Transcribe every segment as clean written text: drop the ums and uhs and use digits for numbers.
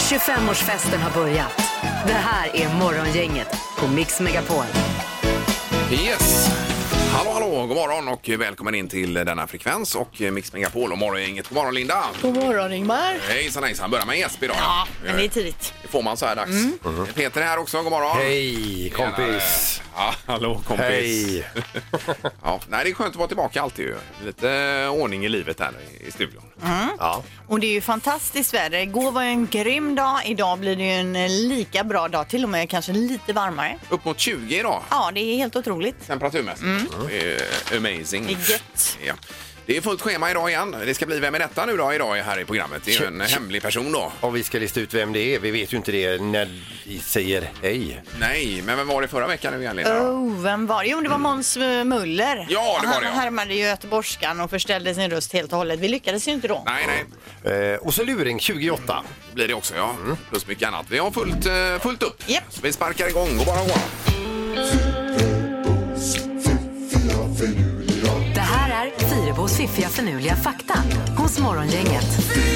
25-årsfesten har börjat. Det här är Morgongänget på Mix Megapol. Yes. Hallå, god morgon och välkommen in till denna frekvens och Mix Megapol och Morgongänget. God morgon Linda. God morgon Ingmar. Hejsan, börjar med Jesper idag. Ja, men det är tidigt. Det får man så här dags. Peter är här också, god morgon. Hej kompis. Ja, hallå kompis. Hej. Ja, nej, det är skönt att vara tillbaka alltid ju. Lite ordning i livet här i studion. Ja. Och det är ju fantastiskt väder. Igår var ju en grym dag. Idag blir det ju en lika bra dag. Till och med kanske lite varmare. Upp mot 20 idag. Ja, det är helt otroligt. Temperaturmässigt. Det är amazing. Det är gött. Ja. Det är fullt schema idag igen. Det ska bli Vem är detta nu då idag här i programmet? Det är ju en hemlig person då. Och vi ska lista ut vem det är. Vi vet ju inte det när vi säger hej. Nej, men vem var det förra veckan nu igen, Linda? Vem var det? Jo, det var Måns Möller. Ja, det var det, ja. Han härmade ju göteborgskan och förställde sin röst helt och hållet. Vi lyckades ju inte då. Nej. Och så luring 28. Blir det också, ja. Plus mycket annat. Vi har fullt upp. Japp. Så vi sparkar igång. God morgon. Det här är Fyrebos fiffiga förnuliga fakta hos Morgongänget.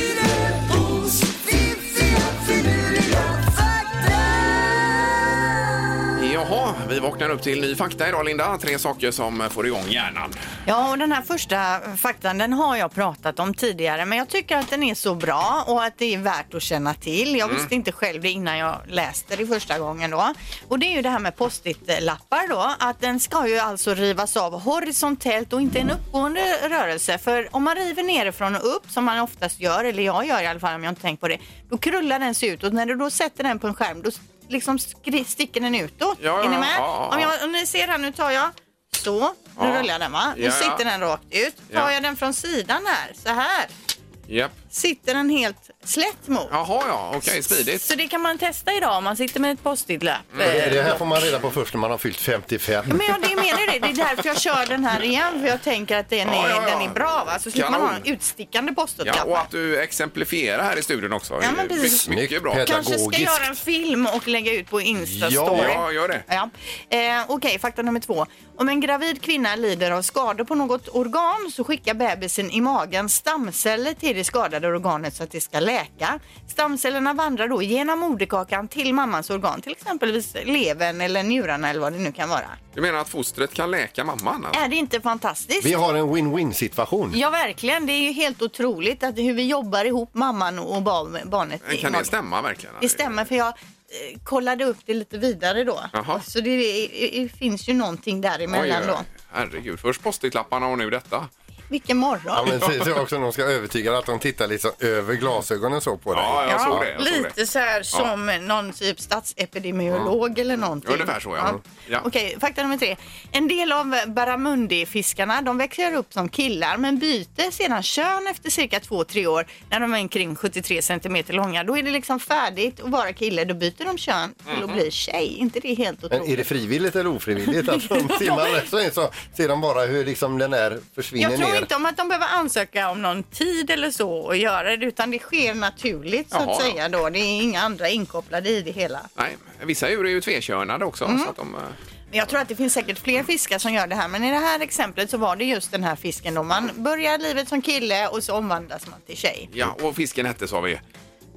Jaha, vi vaknar upp till ny fakta idag, Linda. 3 saker som får igång hjärnan. Ja, och den här första faktan, den har jag pratat om tidigare. Men jag tycker att den är så bra och att det är värt att känna till. Jag visste inte själv det innan jag läste det första gången då. Och det är ju det här med post-it-lappar då. Att den ska ju alltså rivas av horisontellt och inte en uppgående rörelse. För om man river nerifrån och upp, som man oftast gör, eller jag gör i alla fall om jag inte tänkt på det, då krullar den sig ut. Och när du då sätter den på en skärm, då liksom sticker den utåt. Ja, är ni med? ja. Om ni ser här, nu tar jag så. Nu rullar jag den, va? Nu sitter den rakt ut. Tar jag den från sidan här, så här. Japp. Sitter den helt slätt mot. Jaha, ja. Okej, smidigt. Så det kan man testa idag om man sitter med ett post-it-lapp. Det här får man reda på först när man har fyllt 55. Men ja, det menar det. Det är därför jag kör den här igen. För jag tänker att den är bra, va? Så slipper man ha en utstickande post-it-lapp. Ja, och att du exemplifierar här i studion också. Ja, men precis. Mycket bra. Kanske ska göra en film och lägga ut på Insta-story. Ja, gör det. Ja. Okej, fakta nummer 2. Om en gravid kvinna lider av skador på något organ så skickar bebisen i magen stamceller till det skadade organet så att det ska läka. Stamcellerna vandrar då genom moderkakan till mammans organ, till exempelvis levern eller njurarna eller vad det nu kan vara. Du menar att fostret kan läka mamman? Alltså? Är det inte fantastiskt? Vi har en win-win-situation. Ja, verkligen. Det är ju helt otroligt att hur vi jobbar ihop mamman och barnet. Kan det stämma verkligen? Det stämmer, för jag kollade upp det lite vidare då. Jaha. Så det finns ju någonting däremellan då. Herregud, först post-it-lapparna och nu detta. Vilken morgon. Ja, men så också de ska övertyga att de tittar liksom över glasögonen så på dig. Ja, jag såg det. Lite så här som någon typ statsepidemiolog eller någonting. Ungefär så, ja. Okej, fakta nummer 3. En del av barramundi-fiskarna, de växer upp som killar men byter sedan kön efter cirka 2-3 år när de är omkring 73 centimeter långa. Då är det liksom färdigt att vara kille. Då byter de kön till att bli tjej. Inte det helt otroligt? Men är det frivilligt eller ofrivilligt? Att de simmar så ser de bara hur liksom den där försvinner ner. Jag tror inte om att de behöver ansöka om någon tid eller så och göra det, utan det sker naturligt så att säga då. Det är inga andra inkopplade i det hela. Nej, vissa djur är ju tvekönade också. Så att de... Jag tror att det finns säkert fler fiskar som gör det här, men i det här exemplet så var det just den här fisken då. Man börjar livet som kille och så omvandlas man till tjej. Ja, och fisken hette, sa vi.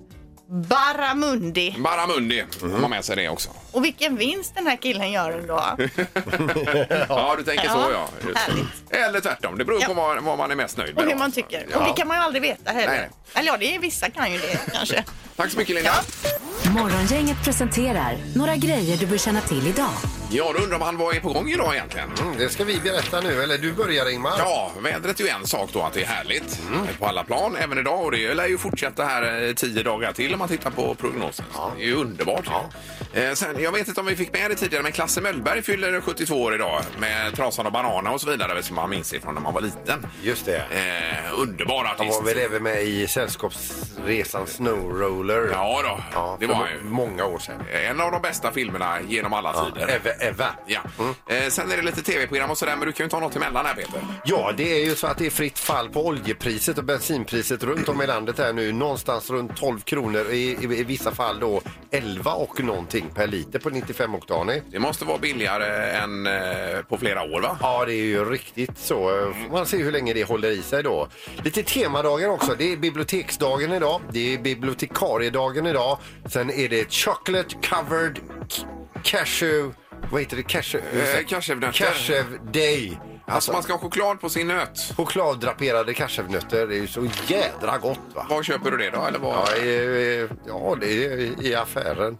Barramundi. Barramundi. Man med sig det också. Och vilken vinst den här killen gör ändå. Ja, du tänker så, ja. Härligt. Eller tvärtom. Det beror på vad man är mest nöjd med. Och hur man tycker. Ja. Och det kan man ju aldrig veta heller. Nej. Eller ja, det är vissa kan ju det kanske. Tack så mycket, Linda. Morgongänget presenterar några grejer du bör känna till idag. Ja, då undrar man vad är på gång idag egentligen? Det ska vi berätta nu, eller du börjar Ingmar. Ja, vädret är ju en sak då, att det är härligt på alla plan, även idag. Och det lär ju fortsätta här 10 dagar till om man tittar på prognosen. Ja. Det är ju underbart. Ja. Sen, jag vet inte om vi fick med det tidigare, men Klasse Möllberg fyller 72 år idag med Trasan och Banana och så vidare, som man minns ifrån när man var liten. Just det. Underbar artist. Han var väl även med i Sällskapsresan Snowroller. Ja då, Ja, det var han ju. Många år sedan. En av de bästa filmerna genom alla tider. ever. Ja. Sen är det lite tv-program och sådär, men du kan ju ta något emellan här, Peter. Ja, det är ju så att det är fritt fall på oljepriset och bensinpriset runt om i landet här nu. Någonstans runt 12 kronor, i vissa fall då 11 och någonting per liter på 95 oktanig. Det måste vara billigare än på flera år, va? Ja, det är ju riktigt så. Man ser hur länge det håller i sig då. Lite temadagar också. Det är biblioteksdagen idag. Det är bibliotekariedagen idag. Sen är det chocolate covered cashew... Vad heter det? Cashew day. Alltså man ska ha choklad på sin nöt. Chokladdraperade cashewnötter. Det är ju så jädra gott, va? Var köper du det då? Eller vad? Ja, det är i affären.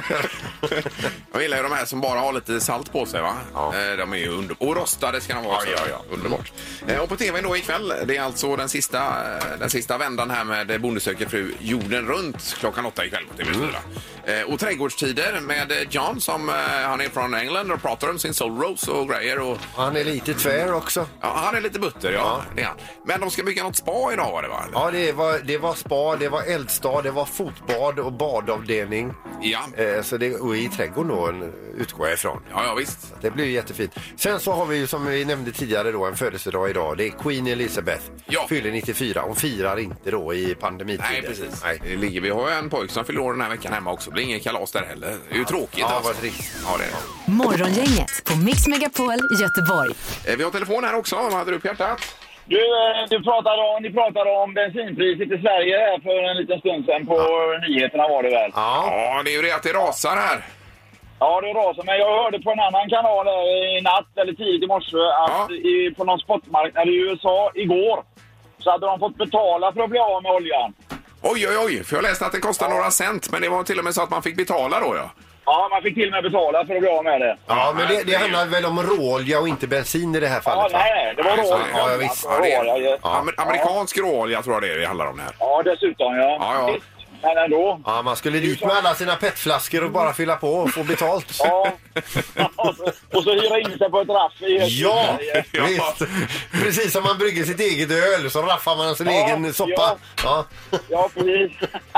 Jag gillar ju de här som bara har lite salt på sig, va? Ja. De är ju och rostade ska de vara också. Ja. Underbart. Och på tv då ikväll, det är alltså den sista vändan här med Bonde söker fru jorden runt klockan 8 ikväll på TV4. Och trädgårdstider med John som han är från England och pratar om sin soul rose och grejer. Och han är lite tvär också. Ja, han är lite butter, ja. Det är han. Men de ska bygga något spa idag, var det, va? Ja, det var spa, det var eldstad, det var fotbad och badavdelning. Ja. Så det och i trädgården då utgår jag ifrån. Ja, visst. Det blir jättefint. Sen så har vi ju, som vi nämnde tidigare då, en födelsedag idag. Det är Queen Elizabeth. Ja. Fyller 94. Hon firar inte då i pandemitiden. Nej, precis. Nej. Vi har ju en pojk som fyller år den här veckan hemma också. Det blir ingen kalas där heller. Det är ju tråkigt. Ja, alltså. vad trist. Ja, det är det. Morgongänget på Mix Megapol Göteborg. Vi har telefon här också. Vad hade du på hjärtat? Ni pratade om bensinpriset i Sverige här för en liten stund sedan på nyheterna var det väl? Ja, det är ju det att det rasar här. Ja, det rasar. Men jag hörde på en annan kanal i natt eller tidigt i morse att på någon spotmarknad i USA igår så hade de fått betala för att bli av med oljan. Oj. För jag läste att det kostar några cent, men det var till och med så att man fick betala då, ja. Ja, man fick till och med betala för att bli av med det. Ja, men det handlar väl om råolja och inte bensin i det här fallet? Ja, nej, det var råolja. Ja, visst. Amerikansk råolja tror jag det handlar om det här. Ja, dessutom, ja. Men ändå. Ja, man skulle dit med alla sina petflaskor och bara fylla på och få betalt. Ja, och så hyra in sig på ett raff i Ja, visst. Precis som man brygger sitt eget öl så raffar man sin egen soppa. Ja, precis.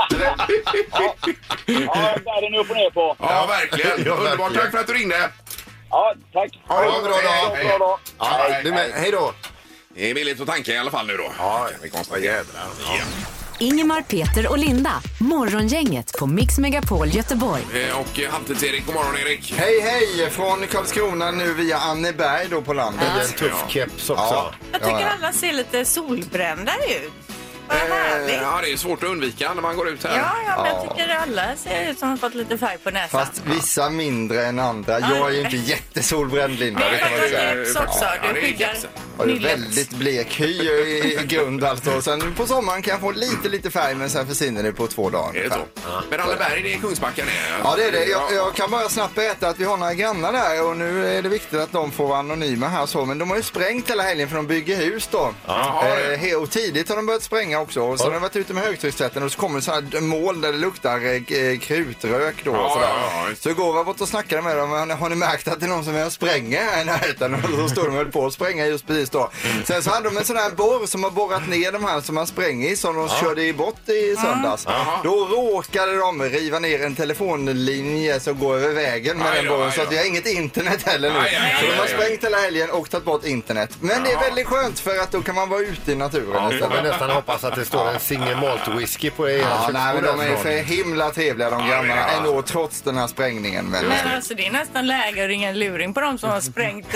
Ja, där är ni upp och ner på. Ja, verkligen. Underbart, tack för att du ringde. Ja, tack. Ha en bra dag. Ja, du med. Hej då. Det är billigt att tanka i alla fall nu då. Ja, vi konstaterar. Ja. Ingemar, Peter och Linda. Morgongänget på Mix Megapol Göteborg. Och Halvtids-Erik, god morgon Erik. Hej, från Karlskrona nu via Anneberg då på landet. En tuff keps också. Jag tycker alla ser lite solbrända ut. Vad härligt. Ja, det är svårt att undvika när man går ut här. Ja, men jag tycker alla ser ut som har fått lite färg på näsan. Fast vissa mindre än andra. Jag är ju inte jättesolbränd, Linda. Nej, det kan man säga. Keps också. Du skyggar. Har du väldigt blek hy i grund alltså. Sen på sommaren kan jag få lite färg, men sen försvinner det på 2 dagar. Är det så? Men Anneberg, det är Kungsbacka det. Ja, det är det. Jag kan bara snabbt berätta att vi har några grannar där och nu är det viktigt att de får vara anonyma här så. Men de har ju sprängt hela helgen för de bygger hus då. Och tidigt har de börjat spränga också. Och så har de varit ute med högtryckstvätten och så kommer det så här mål där det luktar krutrök då. Så igår var jag bort och snackade med dem. Har ni märkt att det är någon som är och spränger här i närheten? Och så står de och höll på att spränga just precis då. Sen så hade de en sån här borr som har borrat ner de här som man spränger i som de körde i bort i söndags. Då råkade de riva ner en telefonlinje som går över vägen med den borren så att vi har inget internet heller nu. Så de har sprängt hela helgen och tagit bort internet. Men det är väldigt skönt för att då kan man vara ute i naturen. Jag vill nästan hoppas att det står en single malt whisky på det. Nej, men de är för himla trevliga de grannarna ändå trots den här sprängningen. Men alltså det är nästan läge att ringa en luring på dem som har sprängt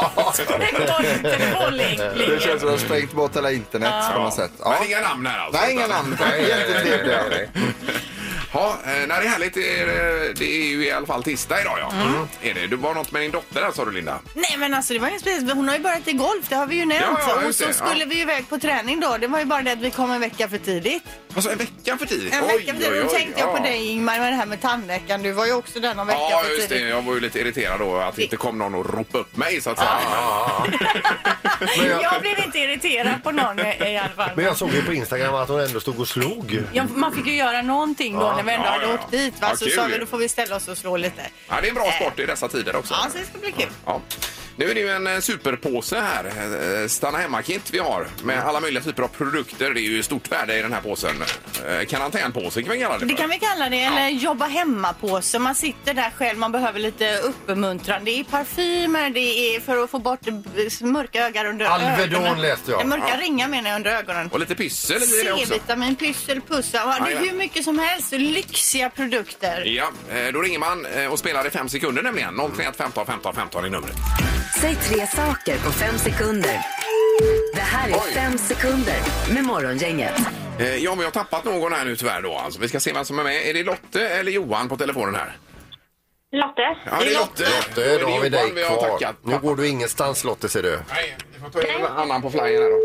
telefonlinjen. Det känns som att de har sprängt bort hela internet på något sätt. Men inga namn här alltså? Nej, inga namn. Jättetrevliga. Ja, det är härligt. Det är ju i alla fall tisdag idag, ja. Är det? Du var något med din dotter där, sa du, Linda? Nej, men alltså det var ingen speciellt. Hon har ju börjat i golf, det har vi ju nämnt. Och så skulle vi iväg på träning då. Det var ju bara det att vi kom en vecka för tidigt. Alltså en vecka för tidigt? En vecka för tidigt. Då tänkte jag på dig, Ingmar, med det här med tandläkaren. Du var ju också där någon vecka för tidigt. Ja, just det. Jag var ju lite irriterad då att det inte kom någon och ropa upp mig, så att säga. Jag blev inte irriterad på någon i alla fall. Men jag såg ju på Instagram att hon ändå stod och slog. Ja, man fick ju göra någonting då när vi ändå hade åkt dit. Så sa vi, då får vi ställa oss och slå lite. Ja, det är en bra sport i dessa tider också. Ja, så det ska bli kul. Ja. Nu är det ju en superpåse här. Stanna hemma-kit vi har med alla möjliga typer av produkter. Det är ju stort värde i den här påsen. Karantänpåse kan vi kalla det för. Det kan vi kalla det, eller jobba hemma-påse. Man sitter där själv, man behöver lite uppmuntran. Det är parfymer, det är för att få bort mörka ögon under ögonen. Alvedon läste jag. Mörka ringar menar jag under ögonen. Och lite pyssel i det också. C-vitamin, pyssel, pussa. Det är hur mycket som helst. Lyxiga produkter. Ja, då ringer man och spelar i 5 sekunder nämligen. 031 15 15 15 i numret. Säg 3 saker på 5 sekunder. Det här är 5 sekunder med Morgongänget. Ja, men jag har tappat någon här nu tyvärr då. Alltså, vi ska se vem som är med. Är det Lotte eller Johan på telefonen här? Lotte. Ja, det är Lotte. Lotte, då har vi dig vi har kvar. tackat. Nu går du ingenstans, Lotte, ser du. Nej, vi får ta in en annan på flyen här då.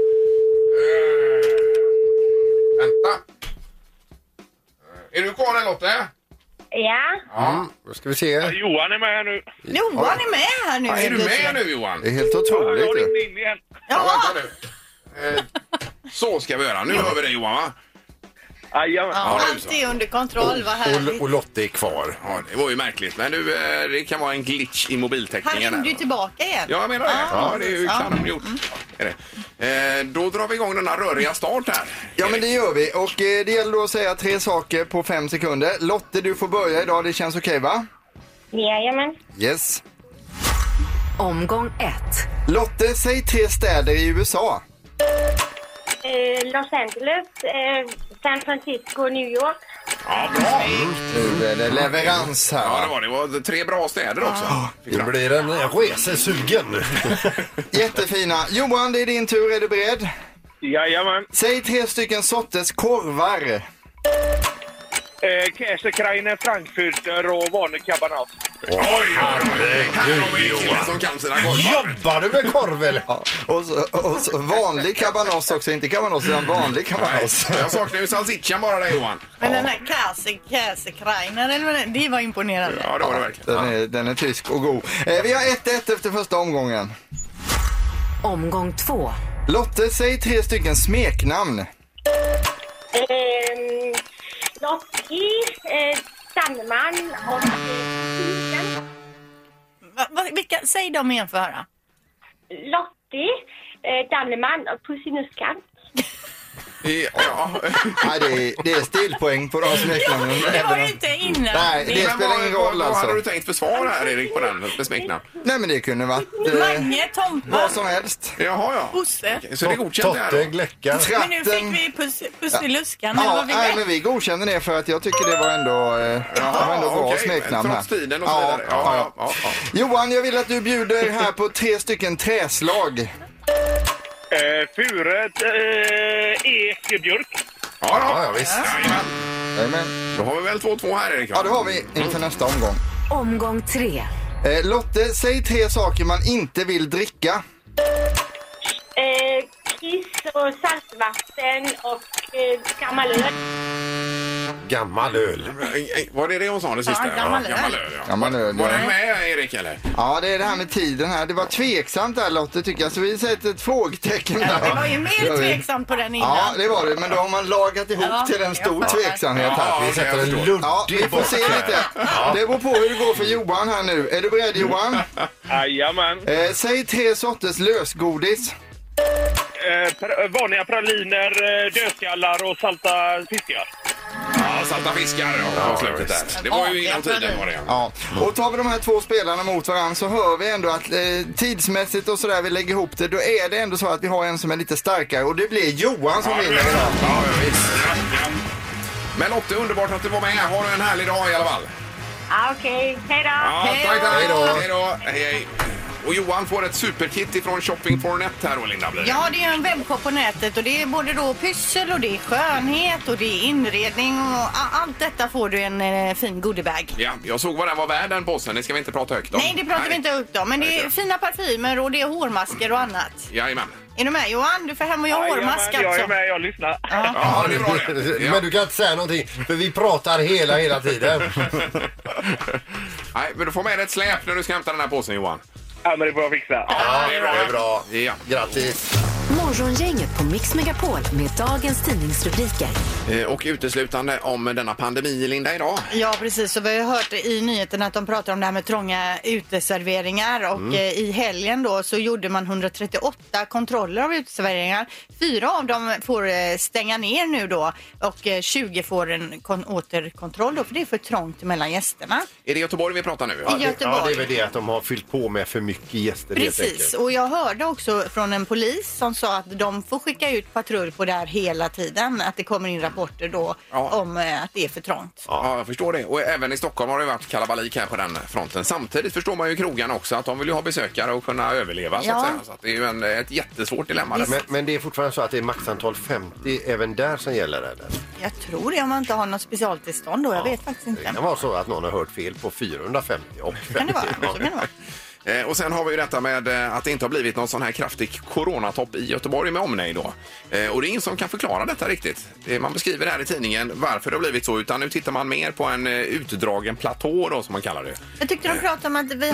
Vänta. Är du kvar här, Lotte? Ja. Då ska vi se. Johan är med här nu. Johan är med här nu. Ja, är du med nu, Johan? Det är helt otroligt. Jag ju. ringde in igen. Ja, vänta nu. Så ska vi göra. Nu hör vi dig, Johan, va? Jajamän. Ja, det är Allt är under kontroll, vad härligt. Och Lotte är kvar. Ja, det var ju märkligt. Men nu, det kan vara en glitch i Han mobiltäckningen. ringde ju tillbaka igen. Ja, jag menar det. Ja, det är ju kanongjort. Är det. Då drar vi igång den här röriga start här. Ja, men det gör vi. Och det gäller då att säga 3 saker på 5 sekunder. Lotte, du får börja idag. Det känns okej, va? Jajamän. Yes. Omgång 1. Lotte, säg 3 städer i USA. Los Angeles, San Francisco, New York. Ja, bra. Nu är det leverans här. Ja, va? det var 3 bra städer också. Det blir en resesugen. Jättefina. Johan, det är din tur. Är du beredd? Jajamän. Säg 3 stycken sorters korvar. Käsekrainer, Frankfurter och vanlig cabanat. Oj, här har vi en kille som kan sina korvar. Jobbar du med korv eller? Ja. Och så vanlig cabanos också. Inte cabanos, utan vanlig cabanos. Jag saknar ju salsichan bara där, Johan. Men den här Käsekrainer, eller vad det var imponerande. Ja, det var det verkligen. Den är tysk och god. Vi har 1-1 efter första omgången. Omgång 2. Lotte, säg 3 stycken smeknamn. Lottie, Sanneman och Susan. Vilka, säg dem igen för att höra. Lottie, Danneman och Pussinuskan. Ja. Nej, det är stilpoäng på de smeknamnen. Det var ju inte innan. Nej, det spelar ingen roll Vad hade du alltså. tänkt för svar här, Erik, på den med smeknamn? Nej, men det kunde varit Mange, Tompa, vad som helst. Jaha, ja. Bosse. Okej, så det är godkänt det här Totte, då? Gläcka. Men nu fick vi Pussiluskan, eller Ja, vad vi nej, men vi godkände det för att jag tycker det var ändå bra okej, smeknamn här. trots tiden och så vidare. Ja. Johan, jag vill att du bjuder här på 3 stycken träslag. Furet, ek, björk. Ja, visst. Jajamän. Amen. Då har vi väl 2-2 här, Erik? Ja, det har vi inför nästa omgång. Omgång 3. Lotte, säg 3 saker man inte vill dricka. Kiss och saltvatten och gammal öl. Gammal öl. Var det hon sa det sista? Ja, gammal öl. Ja. Gammal öl, Var ja. den med, Erik, eller? Ja, det är det här med tiden här. Det var tveksamt där, Lotte, tycker jag. Så vi sätter ett frågetecken där. Det var ju Gör mer vi. tveksamt på den innan. Ja, det var det. Men då har man lagat ihop till en stor jag fattar. tveksamhet här. Ja, Vi sätter jag en förstår. luddig Ja, vi får se lite. Det beror på hur det går för Johan här nu. Är du beredd, Johan? Jajamän. Säg 3 sorters lösgodis. Vanliga praliner, dödskallar och salta fiskar. Ja, salta fiskar på slutet där. Det var ju inom tiden var det. Ja, och tar vi de här 2 spelarna mot varandra så hör vi ändå att tidsmässigt och sådär vi lägger ihop det, då är det ändå så att vi har en som är lite starkare och det blir Johan som vinner idag. Ja, visst. Ja. Men Lotte, underbart att du var med. Har du en härlig dag i alla fall? Okej, hej då. Ja, Hej tack, då. hej då. Hej då. Hej, hej. Och Johan får ett superkit ifrån Shopping for Net här då, Linda, blir det. Ja, det är en webbshop på nätet och det är både då pyssel och det är skönhet och det är inredning och allt detta får du en fin goodiebag. Ja, jag såg vad den var värd, den påsen. Det ska vi inte prata högt om. Nej, det pratar vi inte högt om, men det är fina parfymer och det är hårmasker och annat. Jajamän. Är du med, Johan? Du får hem och göra hårmask Jag är alltså. med, jag lyssnar. Ja, det är bra det. Ja. Men du kan inte säga någonting, för vi pratar hela tiden. Nej, men du får med dig ett släp när du ska hämta den här påsen, Johan. Ja, men det får jag fixa. Ja, det är bra. Det är bra. Ja. Grattis. Morgongänget på Mix Megapol med dagens tidningsrubriker. Och uteslutande om denna pandemi, Linda, idag. Ja, precis. Så vi har hört i nyheterna att de pratar om det här med trånga uteserveringar. Och i helgen då så gjorde man 138 kontroller av uteserveringar. 4 av dem får stänga ner nu då. Och 20 får en återkontroll då, för det är för trångt mellan gästerna. Är det Göteborg vi pratar nu? I Göteborg. Ja, det är väl det att de har fyllt på med för mycket gäster. Precis, och jag hörde också från en polis som sa att de får skicka ut patrull på det här hela tiden. Att det kommer in rapporter då om att det är för trångt. Ja, jag förstår det. Och även i Stockholm har det varit kalabalik här på den fronten. Samtidigt förstår man ju krogarna också att de vill ju ha besökare och kunna överleva så att säga. Så att det är ju ett jättesvårt dilemma. Men det är fortfarande så att det är maxantal 50 även där som gäller, eller? Jag tror det, om man inte har något specialtillstånd då. Jag vet faktiskt inte. Det kan vara så att någon har hört fel på 450 och 50. Kan det vara? Så kan det vara. Och sen har vi ju detta med att det inte har blivit någon sån här kraftig coronatopp i Göteborg med omnejd då. Och det är ingen som kan förklara detta riktigt. Man beskriver här i tidningen varför det har blivit så, utan nu tittar man mer på en utdragen platå då, som man kallar det. Jag tyckte de pratade om att det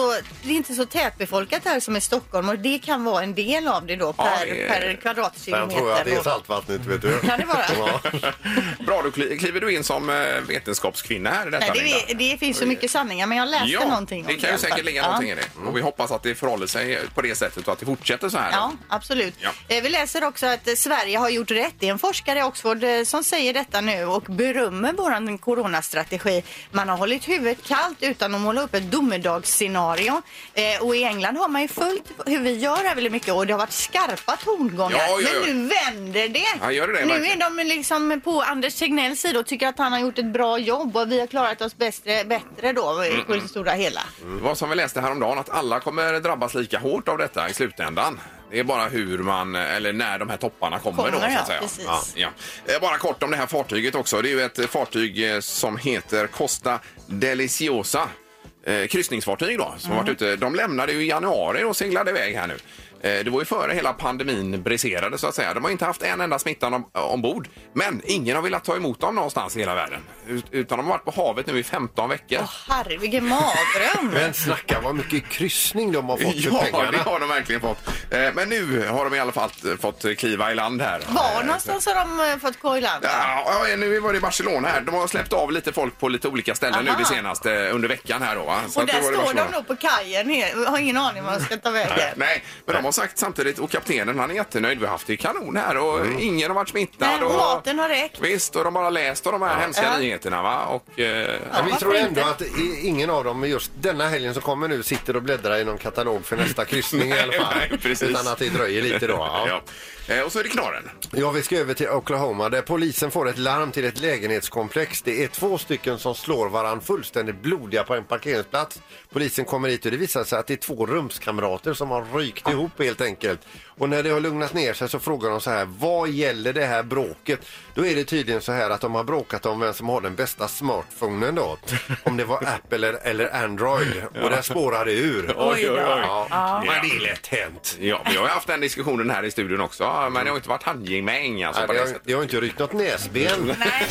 är inte så tätbefolkat här som i Stockholm, och det kan vara en del av det då per kvadratkilometer. Jag tror att det är saltvattnet, vet du. Kan det vara? Bra, då kliver du in som vetenskapskvinna här i detta. Nej, det finns så mycket sanningar, men jag läste någonting om det. Det kan ju säkert ligga någonting i det. Och vi hoppas att det förhåller sig på det sättet och att det fortsätter så här. Ja, absolut. Ja. Vi läser också att Sverige har gjort rätt. Det är en forskare i Oxford som säger detta nu och berömmer vår coronastrategi. Man har hållit huvudet kallt utan att måla upp ett domedagsscenario. Och i England har man ju följt hur vi gör här väldigt mycket, och det har varit skarpa tongångar. Ja. Men nu vänder det. Ja, gör det nu verkligen. är de liksom på Anders Tegnells sida och tycker att han har gjort ett bra jobb, och vi har klarat oss bättre då på det stora hela. Vad som vi läste häromdagen, att alla kommer drabbas lika hårt av detta i slutändan. Det är bara hur man, eller när de här topparna kommer då, så att säga. Precis. Ja. Bara kort om det här fartyget också. Det är ju ett fartyg som heter Costa Deliciosa. Kryssningsfartyg då, som varit ute. De lämnade ju i januari och seglade iväg här nu. Det var ju före hela pandemin briserade, så att säga. De har inte haft en enda smittan ombord. Men ingen har velat ta emot dem någonstans i hela världen. Utan de har varit på havet nu i 15 veckor. Herre, vilken mardröm! Men snacka vad mycket kryssning de har fått för Ja, pengarna. det har de verkligen fått. Men nu har de i alla fall fått kliva i land här. Var någonstans har de fått gå i land? Ja, nu var det i Barcelona här. De har släppt av lite folk på lite olika ställen nu det senaste under veckan här då. Va? Så och där står de då på kajen. Jag har ingen aning vad de ska ta vägen. Nej, men de har sagt samtidigt, och kaptenen han är jättenöjd. Vi har haft det kanon här och ingen har varit smittad. Nej, och maten har räckt. Visst, och de har läst av de här hemska nyheterna, va? Och, Men vi tror ändå att ingen av dem just denna helgen som kommer nu sitter och bläddrar i någon katalog för nästa kryssning i alla fall. Nej, precis. Utan att det dröjer lite då. Ja. Och så är det knorren. Ja, vi ska över till Oklahoma där polisen får ett larm till ett lägenhetskomplex. Det är 2 stycken som slår varann fullständigt blodiga på en parkeringsplats. Polisen kommer hit och det visar sig att det är 2 rumskamrater som har rykt ihop helt enkelt. Och när det har lugnat ner sig så frågar de så här: vad gäller det här bråket? Då är det tydligen så här att de har bråkat om vem som har den bästa smartphonen då. Om det var Apple eller Android. Och det spårade ur. Oj. Ja. Men det är lätt hänt. Ja, vi har haft den diskussionen här i studion också. Men det har inte varit handgemäng alltså, på det sättet. Jag har inte ryckt något näsben. Nej.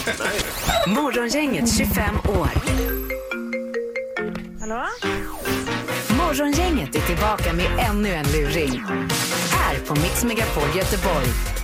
Morgongänget 25 år. Hallå? Morgongänget är tillbaka med ännu en luring. Här på Mix Megapol Göteborg.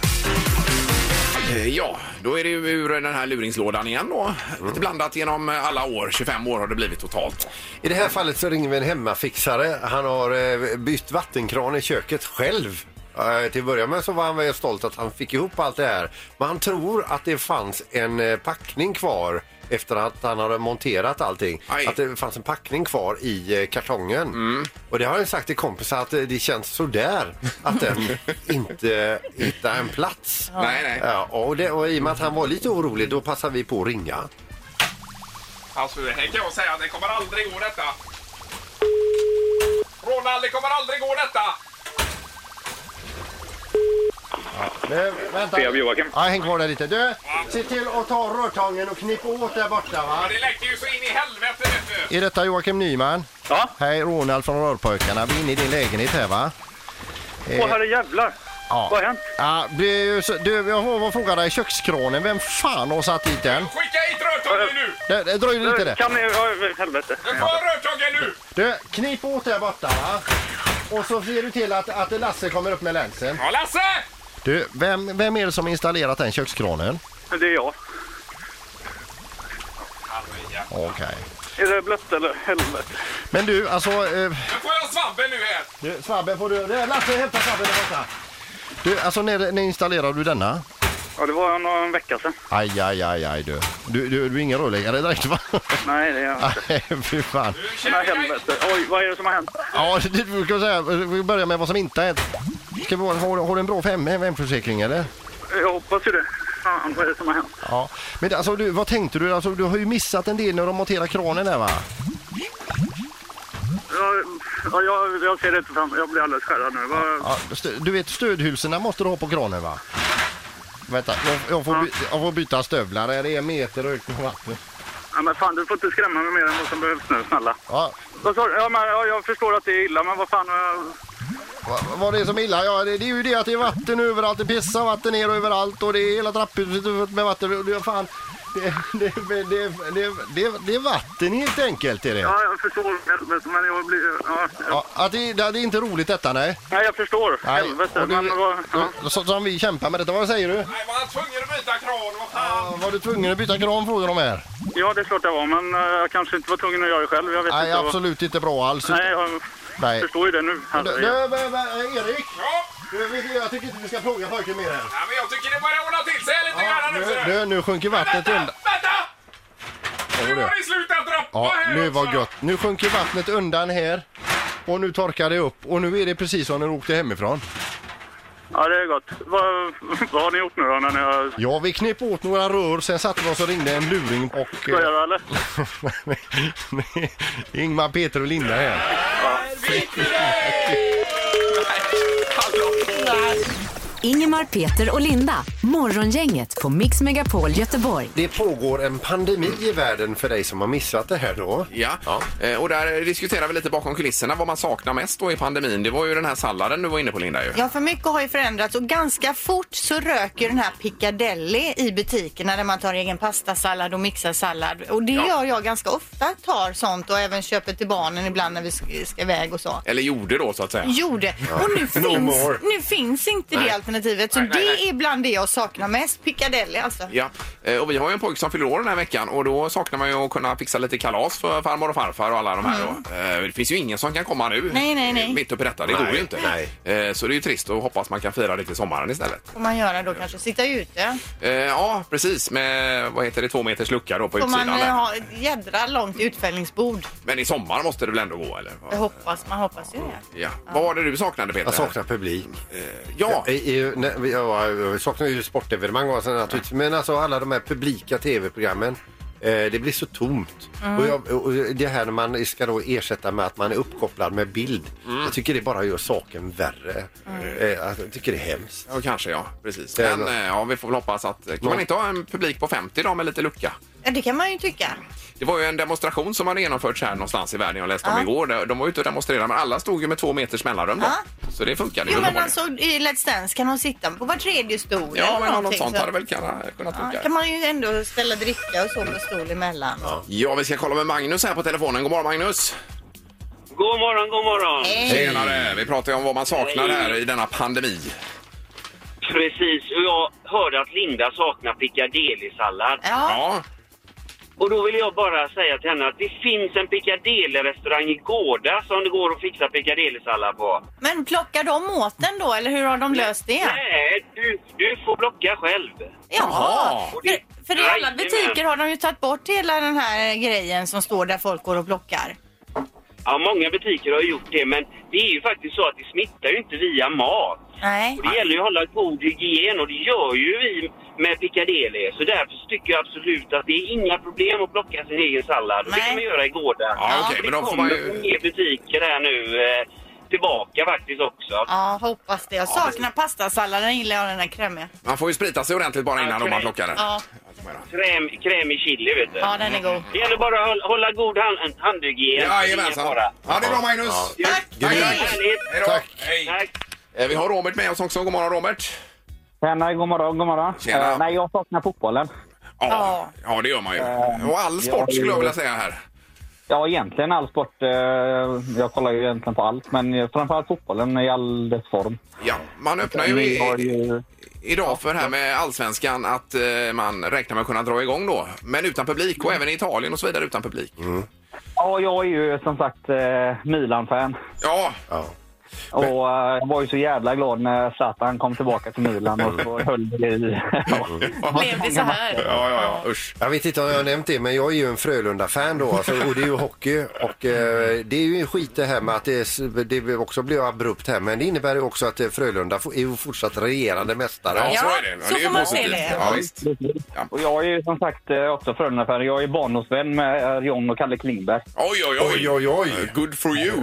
Ja, då är det ju ur den här luringslådan igen då. Lite blandat genom alla år. 25 år har det blivit totalt. I det här fallet så ringer vi en hemmafixare. Han har bytt vattenkran i köket själv. Till att börja med så var han väldigt stolt att han fick ihop allt det här. Men han tror att det fanns en packning kvar efter att han hade monterat allting. Aj. Att det fanns en packning kvar i kartongen. Och det har han sagt till kompisar att det känns sådär att den inte hittar en plats. Nej. Ja, och i och med att han var lite orolig, då passar vi på att ringa. Alltså, det här kan jag säga att det kommer aldrig gå detta. Ronald, det kommer aldrig gå detta. Vänta. Joakim. Ja, häng kvar där lite. Du, se till att ta rörtången och knippa åt där borta, va? Ja, det läcker ju så in i helvete, vet du. Är detta Joakim Nyman? Ja. Hej, Ronald från Rörpojkarna. Vi är inne i din lägenhet här, va? Åh, herre jävlar. Ja. Vad har hänt? Ja, det är ju så, du, jag har frågat dig, kökskranen. Vem fan har satt dit den? Skicka hit rörtågen nu. Det dröjer lite där. Kan ni... helvete. Du får rörtågen nu. Du, knip åt där borta, va? Och så ser du till att Lasse kommer upp med länsen. Ja, Lasse! Du, vem är det som installerat den kökskranen? Det är jag. Okej. Är det blött eller helvete? Men du, alltså... Nu får jag svabben nu här. Du, Svabben får du... Lasse, hämta Svabben där borta. Du, alltså när installerar du denna? Ja, det var en vecka sedan. Aj, du. Du är ingen rörläggare direkt, va? Nej, det är jag inte. Nej, fy fan. Nej, helvete. Oj, vad är det som har hänt? Ja, du kan säga, vi börjar med vad som inte är. Har du en bra hemförsäkring, eller? Jag hoppas ju det. Fan, vad är det som har hänt? Ja, men alltså, vad tänkte du? Alltså, du har ju missat en del när de monterar kranen där, va? Ja, jag ser det inte fram. Jag blir alldeles skärrad nu. Ja, du vet, stödhusen måste du ha på kranen, va? Vänta, jag får byta stövlar. Det är meter högt på vattnet. Ja, men fan, du får inte skrämma mig mer än vad som behövs nu, snälla. Ja. Ja, men jag förstår att det är illa, men vad fan... Vad det är som illa? Ja, det är ju det att det är vatten överallt. Det pissar vatten ner överallt och det är hela trapphuset med vatten. Det är fan... Det är vatten helt enkelt, är det. Ja, jag förstår, helvete, men jag blir... Ja, det är inte roligt detta, nej. Nej, jag förstår. Nej. Helvete, men som vi kämpar med detta, vad säger du? Nej, var han tvungen att byta kran? Vad fan? Var du tvungen att byta kran, frågar de här? Ja, det är klart jag var, men jag kanske inte var tvungen att göra det själv. Jag vet Nej, inte absolut inte bra alls. Nej, jag förstår ju det nu. Erik? Ja. Jag tycker inte vi ska fråga pojken mer här. Ja, men jag tycker det börjar ordna till sig lite grann nu. Nu sjunker vattnet undan. Vänta! Nu har det slutat droppa Ja, här nu var också. gött. Nu sjunker vattnet undan här. Och nu torkar det upp. Och nu är det precis som när du åkte hemifrån. Ja, det är gott. Vad har ni gjort nu då när ni har... Ja, vi knep åt några rör. Sen satte vi oss och ringde en luring och... Skojar du, eller? Ingmar, Peter och Linda här. Ingemar, Peter och Linda. Morgongänget på Mix Megapol Göteborg. Det pågår en pandemi i världen för dig som har missat det här då. Ja, och där diskuterar vi lite bakom kulisserna vad man saknar mest då i pandemin. Det var ju den här salladen du var inne på, Linda. Ju. Ja, för mycket har ju förändrats och ganska fort så röker den här Piccadilly i butikerna där man tar egen pastasallad och mixar sallad. Och det gör jag ganska ofta, tar sånt och även köper till barnen ibland när vi ska iväg och så. Eller gjorde då, så att säga. Gjorde. Och nu finns inte det alternativet. Så det är bland det jag saknar mest, Piccadilly alltså. Ja, och vi har ju en pojk som fyller år den här veckan och då saknar man ju att kunna fixa lite kalas för farmor och farfar och alla de här då. Det finns ju ingen som kan komma nu. Nej. Mitt upp i detta, det går ju inte. Så det är ju trist och hoppas man kan fira det till sommaren istället. Får man göra då kanske? Sitta ute? Ja, precis. Med, 2 meters lucka då på utsidan. Man har ett jädra långt utfällningsbord. Men i sommar måste det väl ändå gå, eller? Man hoppas ju det. Ja. Vad var det du saknade, Peter? Jag saknar publik. Jag saknar ju sportevenemang och sånt naturligtvis. Men alltså alla de här publika tv-programmen, det blir så tomt. Och det här när man ska då ersätta med att man är uppkopplad med bild. Jag tycker det bara gör saken värre. Jag tycker det är hemskt. Ja, kanske, ja. Precis. Men vi får väl hoppas att... Kan man inte ha en publik på 50 då med lite lucka? Ja, det kan man ju tycka. Det var ju en demonstration som hade genomförts här någonstans i världen. Jag läste om igår. De var ute och demonstrerade, men alla stod ju med 2 meters mellanrum då. Så det funkade ju. Jo, men alltså i Let's Dance kan de sitta på var tredje stol. Ja, men något sånt hade väl kunnat funka. Kan man ju ändå ställa dricka och så på stol emellan. Ja, vi ska kolla med Magnus här på telefonen. God morgon, Magnus. God morgon. Tjenare. Vi pratar ju om vad man saknar här i denna pandemi. Precis, och jag hörde att Linda saknar Piccadilly-sallad. Ja. Och då vill jag bara säga till henne att det finns en Piccadilly-restaurang i Gårda som det går att fixa Piccadilly-sallad på. Men plockar de åt den då, eller hur har de löst det? Nej, du får plocka själv. Jaha, för i alla Jajamän. butiker har de ju tagit bort hela den här grejen som står där folk går och plockar. Ja, många butiker har gjort det, men det är ju faktiskt så att det smittar ju inte via mat. Nej. Och det gäller ju att hålla ett god hygien och det gör ju vi med Piccadilly. Så därför tycker jag absolut att det är inga problem att plocka sin egen sallad. Det kan man göra i Gårda. Ja, okej, men då får man ju... mer butiker här nu tillbaka faktiskt också. Ja, hoppas det. Jag saknar pastasalladen, gillar jag den där krämiga. Man får ju sprita sig ordentligt bara innan man plockar den. Ja. Kräm i chili, vet du. Ja, den är god. Det gäller bara att hålla god handhygien. Jajamensan. Ja, det är bra, Magnus. Ja. Tack. Hej då. Hej. Vi har Robert med oss också. God morgon, Robert. Tjena, god morgon. Tjena. Nej, jag saknar fotbollen. Ja, det gör man ju. Och all sport skulle jag vilja säga här. Ja, egentligen all sport. Jag kollar ju egentligen på allt, men framförallt fotbollen i all dess form. Ja, man öppnar ju idag för det här med allsvenskan att man räknar med att kunna dra igång då. Men utan publik och även i Italien och så vidare utan publik. Ja, jag är ju som sagt Milan-fan. Ja. Och jag var ju så jävla glad när Zlatan kom tillbaka till Milan och så höll det i. Blev det så här? Ja, usch. Jag vet inte om jag har nämnt det, men jag är ju en Frölunda-fan då, alltså, och det är ju hockey. Och det är ju skit det här med att det också blir abrupt här, men det innebär ju också att Frölunda är ju fortsatt regerande mästare. Ja, så är det. Så det är ju får man positivt. se det. Ja, visst. Ja. Och jag är ju som sagt också Frölunda-fan. Jag är barndomsvän med John och Kalle Klingberg. Oj. Good for you.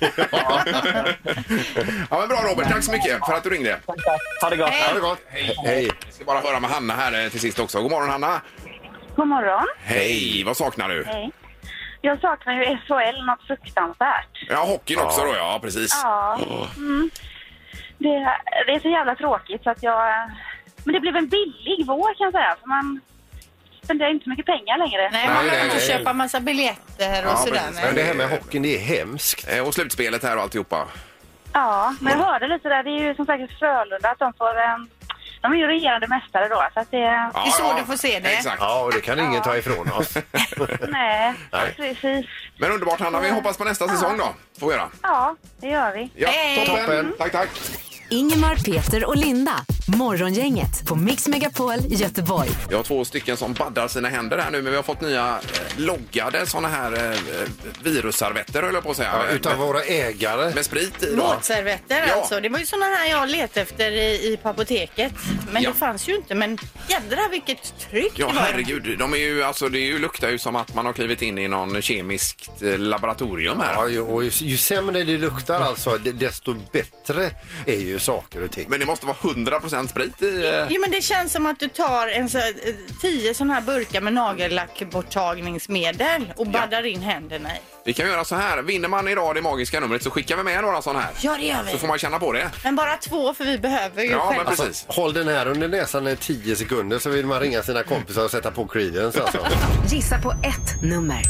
Ja, men bra Robert, tack så mycket för att du ringde. Ha det gott. Ha det gott. Hej. Jag ska bara höra med Hanna här till sist också. God morgon Hanna. God morgon. Hej, vad saknar du? Hej. Jag saknar ju SHL något fruktansvärt. Ja, hockeyn också då, ja precis. Ja. Det är så jävla tråkigt så att men det blev en billig vår kan jag säga. För man spenderar inte så mycket pengar längre. Nej, man behöver inte köpa massa biljetter och sådär. Men det här med hockeyn, det är hemskt. Och slutspelet här och alltihopa. Ja, men jag hörde lite där. Det är ju som sagt Frölunda att de är ju regerande mästare då. Så att det är så du får se det. Exakt. Ja, och det kan ingen ta ifrån oss. Nej, precis. Men underbart Hanna, vi hoppas på nästa säsong då. Får vi göra. Ja, det gör vi. Ja, toppen. Tack. Ingemar, Peter och Linda. Morgongänget på Mix Megapol Göteborg. Vi har 2 stycken som baddar sina händer här nu, men vi har fått nya loggade såna här virusservetter, höll jag på att säga. Ja, utan våra ägare. Med sprit i då. Våtservetter alltså. Det var ju såna här jag letade efter på apoteket. Men Ja. det fanns ju inte. Men jädrar vilket tryck Ja, det var. herregud. De är ju, alltså, luktar ju som att man har klivit in i någon kemiskt laboratorium här. Ja, och ju sämre det luktar alltså, desto bättre är ju saker och ting. Men det måste vara 100% sprit i... Jo, men det känns som att du tar 10 såna här burkar med nagellackborttagningsmedel och baddar in händerna i. Vi kan göra så här. Vinner man idag det magiska numret så skickar vi med några sådana här. Ja, det gör vi. Så får man känna på det. Men bara 2 för vi behöver ju Ja, själva. men precis. Håll den här under näsan i 10 sekunder så vill man ringa sina kompisar och sätta på Creedence alltså. Gissa på ett nummer.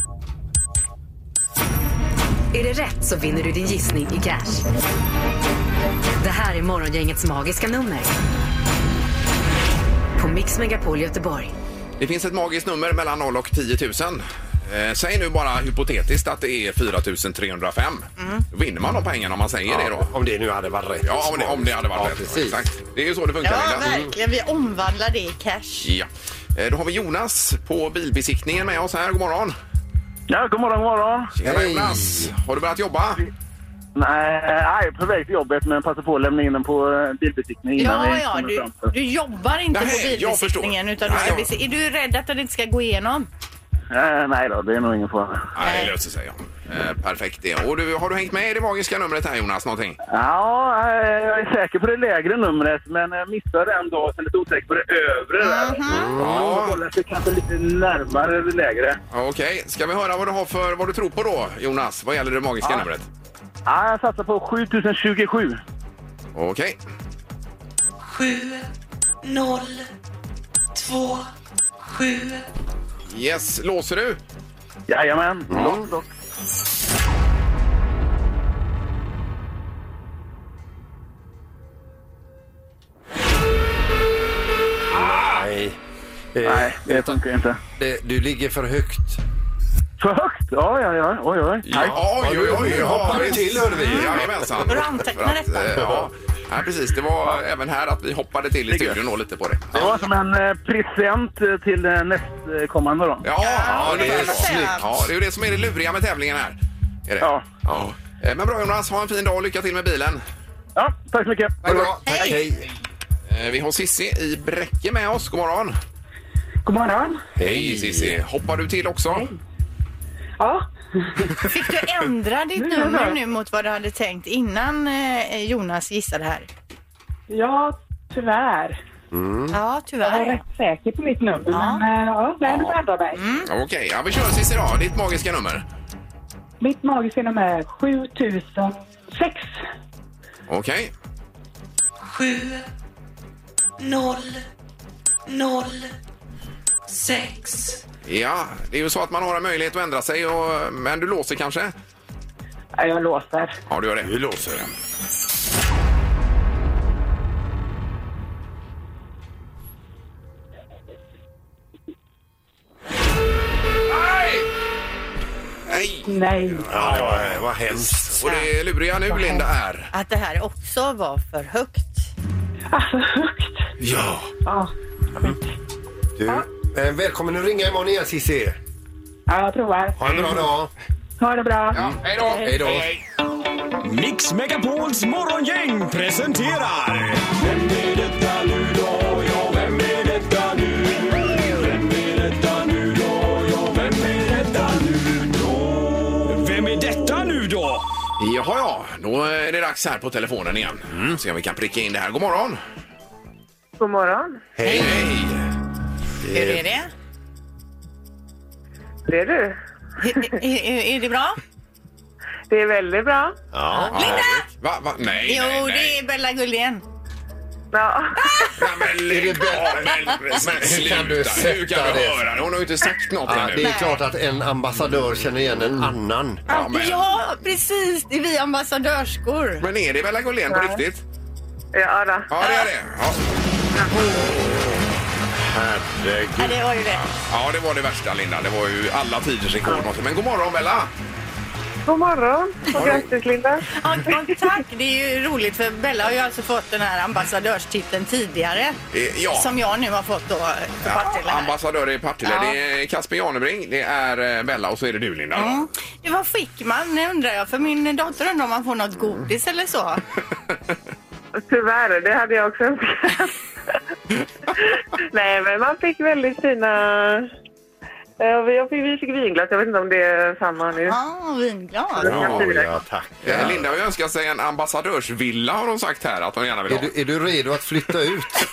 Är det rätt så vinner du din gissning i cash. Det här är Morgongängets magiska nummer. På Mix Megapol Göteborg. Det finns ett magiskt nummer mellan 0 och 10 000. Säg nu bara hypotetiskt att det är 4 305. Då vinner man de pengarna om man säger det då. Om det nu hade varit rätt. Ja, om det hade varit rätt. Precis. Exakt. Det är ju så det funkar. Ja, Linda. verkligen. Vi omvandlar det i cash. Ja. Då har vi Jonas på bilbesiktningen med oss här. God morgon. Ja, god morgon. Tjena Jonas. Har du börjat jobba? Nej, på väg till jobbet, men passa på att lämna in den på bilbesiktning innan vi kommer fram. Du jobbar inte Nej, på bilbesiktningen utan du ska är du rädd att det inte ska gå igenom? Nej då, det är nog ingen fara. Nej, det löser sig. Ja. Perfekt det. Och har du hängt med i det magiska numret här Jonas någonting? Ja, jag är säker på det lägre numret, men jag missade en dag, så lite osäker på det övre där. Ja. Kolla, det kanske lite närmare eller lägre. Okej, ska vi höra vad du tror på då Jonas? Vad gäller det magiska numret? Ja, jag satsar på 7027. Okej. 7 0 2 7. Yes, låser du? Jajamän, lock. Nej, det funkar inte. Du ligger för högt. För högt? Ja. Oj. Oj. Hoppar vi till, hörde vi. Jajamensan. Har du antecknat detta? Ja, precis. Det var även här att vi hoppade till i studion och lite på det. Det var som en present till nästkommande då. Ja, det är så. snyggt. Ja, det är ju det som är det luriga med tävlingen här. Är det? Ja. Men bra Jonas, ha en fin dag och lycka till med bilen. Ja, tack så mycket. Tack bra. Hej. Vi har Sissi i Bräcke med oss. God morgon. God morgon. Hej Sissi. Hoppar du till också? Hej. Ja. Fick du ändra ditt nummer nu mot vad du hade tänkt innan Jonas gissade här? Ja, tyvärr. Ja, Jag var rätt säker på mitt nummer, men du ändrar mig. Okej, vi kör Sissi då. Ditt magiska nummer. Mitt magiska nummer är 7006. Okej. 7 0 0 6. Ja, det är ju så att man har en möjlighet att ändra sig, men du låser kanske? Ja, jag låser. Ja, du gör det. Du låser. Nej! Nej. Vad hemskt. Och det luriga nu, Linda, är... Att det här också var för högt. Alltså, högt. Ja. Ja. Du, välkommen att ringa imorgon igen, Cissi. Ja, jag provar. Ha en bra dag. Ha det bra. Ja, hej då! Hej då. Mix Megapols morgongäng presenterar... Vem är detta nu då? Ja, vem är detta nu? Vem är detta nu då? Ja, vem är detta nu då? Vem är detta nu då? Jaha, då är det dags här på telefonen igen. Se om vi kan pricka in det här. God morgon! God morgon. Hej! Hur är det? Det är du. Är det bra? Det är väldigt bra. Ja. Linda! Va? Nej, Jo, nej, nej. det är Bella Gullén. Ja. Men lägg av, hur kan du sätta hur kan du höra? Hon har ju inte sagt något Ja, ännu. det är klart att en ambassadör känner igen en annan. Ja, precis. Det är vi ambassadörskor. Men är det Bella Gullén på riktigt? Ja, då. Ja, det är det. Ja. Herregud. Ja, det var ju det. Ja, det var det värsta, Linda. Det var ju alla tiders rekord. Men god morgon, Bella. God morgon. Och grattis, Linda. Ja, tack. Det är ju roligt för Bella har ju alltså fått den här ambassadörstiteln tidigare. Ja. Som jag nu har fått då för Partille. Ambassadör i Partille. Ja. Det är Kasper Janebring, det är Bella och så är det du, Linda. Mm. Det var fick man, undrar jag. För min dotter undrar om man får något godis eller så. Tyvärr, det hade jag också önskat. Nej, men man fick väldigt fina... Vi fick vinglas. Jag vet inte om det är samma nu. Ja, vinglas. Ja, tack. Linda har ju önskat sig en ambassadörsvilla, har de sagt här att hon gärna vill ha. Är du redo att flytta ut?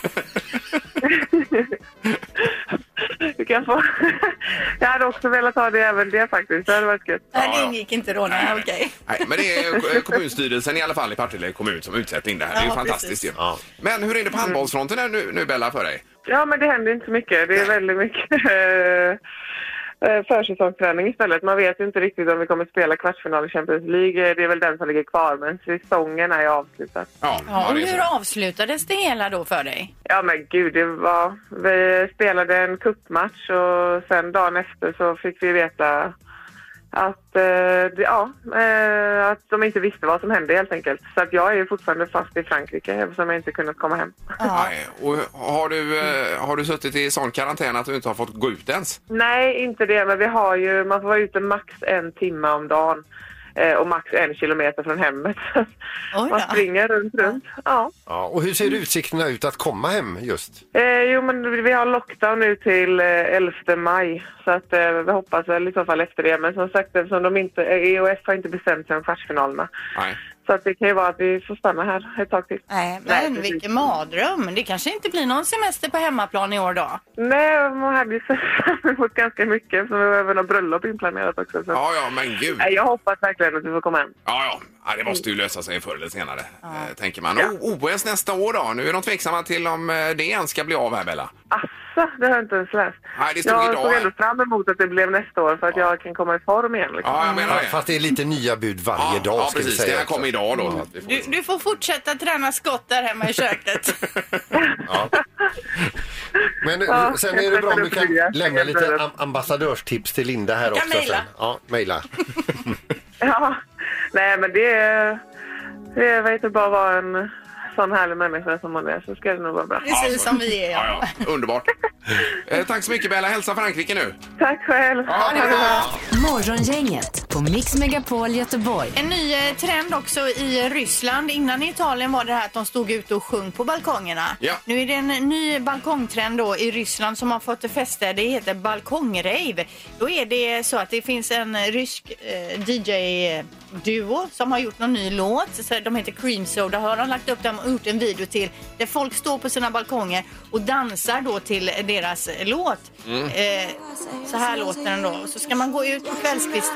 Du kan få... Jag hade också velat ha det även det faktiskt. Det hade varit gött. Nej, det ingick inte då. Nej, okej. Nej, men det är kommunstyrelsen i alla fall i Partille kommun som utsätter in det här. Det är ju fantastiskt ju. Ja. Men hur är det på handbollsfronten här nu Bella, för dig? Ja, men det händer inte så mycket. Det är väldigt mycket försäsongsträning istället. Man vet ju inte riktigt om vi kommer att spela kvartsfinal i Champions League. Det är väl den som ligger kvar, men säsongen är ju avslutad. Ja, och hur avslutades det hela då för dig? Ja, men gud, vi spelade en cupmatch och sen dagen efter så fick vi veta att, att de inte visste vad som hände helt enkelt. Så att jag är ju fortfarande fast i Frankrike eftersom jag inte kunnat komma hem. Nej, och har du suttit i sån karantän att du inte har fått gå ut ens? Nej, inte det. Men man får vara ute max 1 timme om dagen. Och max 1 kilometer från hemmet. Man springer runt. Ja. Ja, och hur ser utsikterna ut att komma hem just? Jo, men vi har lockdown nu till 11 maj. Så att vi hoppas väl i så fall efter det. Men som sagt, eftersom EOF har inte bestämt sig om kvartsfinalerna. Nej. Så att det kan ju vara att vi får stanna här ett tag till. Nej, men vilken mardröm. Det kanske inte blir någon semester på hemmaplan i år då? Nej, man hade ju sett fram emot ganska mycket. Så vi har även något bröllop inplanerat också. Så. Ja, men gud. Jag hoppas verkligen att vi får komma hem. Ja, det måste ju lösa sig förr eller senare, tänker man. Ja. OS nästa år då? Nu är de tveksamma till om det ens ska bli av här, Bella. Asså, det har jag inte ens läst. Nej, det stod jag idag, såg ändå fram emot att det blev nästa år för att jag kan komma i form igen. Liksom. Ja, jag menar det. Fast det är lite nya bud varje dag. Ja, precis. Det här kommer idag då. Så att vi får... Du får fortsätta träna skott där hemma i köket. Men sen är det bra om du kan lämna lite ambassadörstips till Linda här också. Mejla. Ja, mejla. Ja, nej men det vet du, bara vara en sån härlig människa som man är, så ska det nog vara bra. Precis som vi är. Ja. Underbart. Tack så mycket, Bella. Hälsa Frankrike nu. Tack själv. Morgongänget på Mix Megapol Göteborg. En ny trend också i Ryssland. Innan i Italien var det här att de stod ute och sjöng på balkongerna. Ja. Nu är det en ny balkongtrend då i Ryssland som har fått fäste. Det heter balkongrave. Då är det så att det finns en rysk DJ-duo som har gjort någon ny låt. Så de heter Cream Soda. Har de lagt upp dem och gjort en video till där folk står på sina balkonger och dansar då till deras låt. Så här låter den då. Så ska man gå ut på kvällskvisten,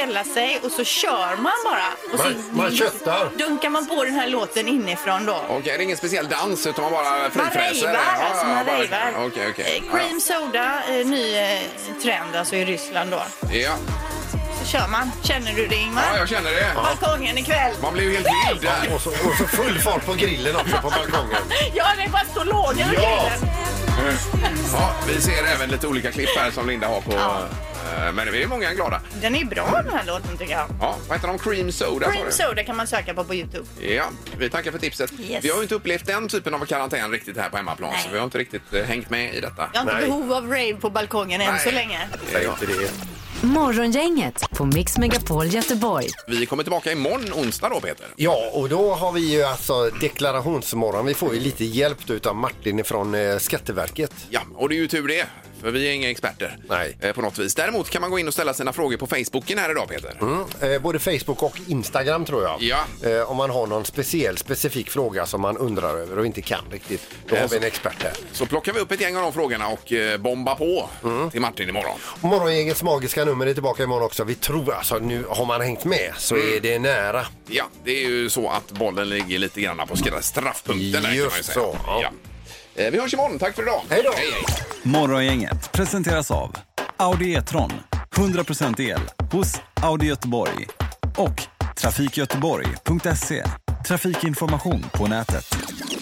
ställa sig och så kör man bara. Och så Man köttar. dunkar man på den här låten inifrån då. Okej, det är ingen speciell dans utan man bara frifräser. Man rejvar, alltså man rejvar. Okej. Cream soda, ny trend alltså i Ryssland då. Ja. Så kör man. Känner du det, Ingmar? Ja, jag känner det. Balkongen ikväll. Man blir ju helt vild där. Och så full fart på grillen också på balkongen. Ja, det är bara stå låg över grillen. Ja, vi ser även lite olika klipp här som Linda har på. Men vi är många glada. Den är bra den här låten tycker jag. Ja, vad heter de? Cream Soda? Cream Soda kan man söka på YouTube. Ja, vi tackar för tipset. Yes. Vi har ju inte upplevt den typen av karantän riktigt här på hemmaplan. Så vi har inte riktigt hängt med i detta. Jag har inte behov av rave på balkongen än så länge. Säg inte det. Morgongänget på Mix Megapol Göteborg. Vi kommer tillbaka imorgon onsdag då, Peter. Ja, och då har vi ju alltså deklarationsmorgon. Vi får ju lite hjälp utav Martin från Skatteverket. Ja, och det är ju tur det. För vi är inga experter. Nej. På något vis. Däremot kan man gå in och ställa sina frågor på Facebooken här idag, Peter. Både Facebook och Instagram tror jag. Ja. Om man har någon specifik fråga som man undrar över och inte kan riktigt. Då har vi en expert här. Så plockar vi upp ett gäng av de frågorna och bombar på till Martin imorgon. Morgongängets magiska nummer är tillbaka imorgon också. Vi tror alltså, nu har man hängt med så är det nära. Ja, det är ju så att bollen ligger lite grann på straffpunkten där, kan man ju Just säga. så, ja. Vi hörs imorgon. Tack för idag. Hej då. Hej. Morgongänget presenteras av Audi E-tron. 100% el hos Audi Göteborg. Och trafikgöteborg.se. Trafikinformation på nätet.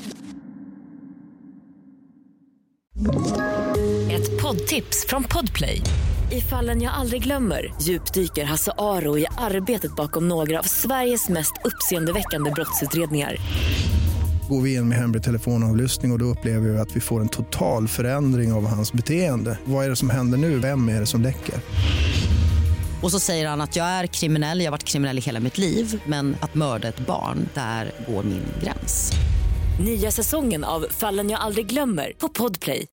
Ett poddtips från Podplay. I Fallen jag aldrig glömmer djupdyker Hasse Aro i arbetet bakom några av Sveriges mest uppseendeväckande brottsutredningar. Går vi in med hemlig telefonavlyssning och då upplever vi att vi får en total förändring av hans beteende. Vad är det som händer nu? Vem är det som läcker? Och så säger han att jag är kriminell, jag har varit kriminell i hela mitt liv. Men att mörda ett barn, där går min gräns. Nya säsongen av Fallen jag aldrig glömmer på Podplay.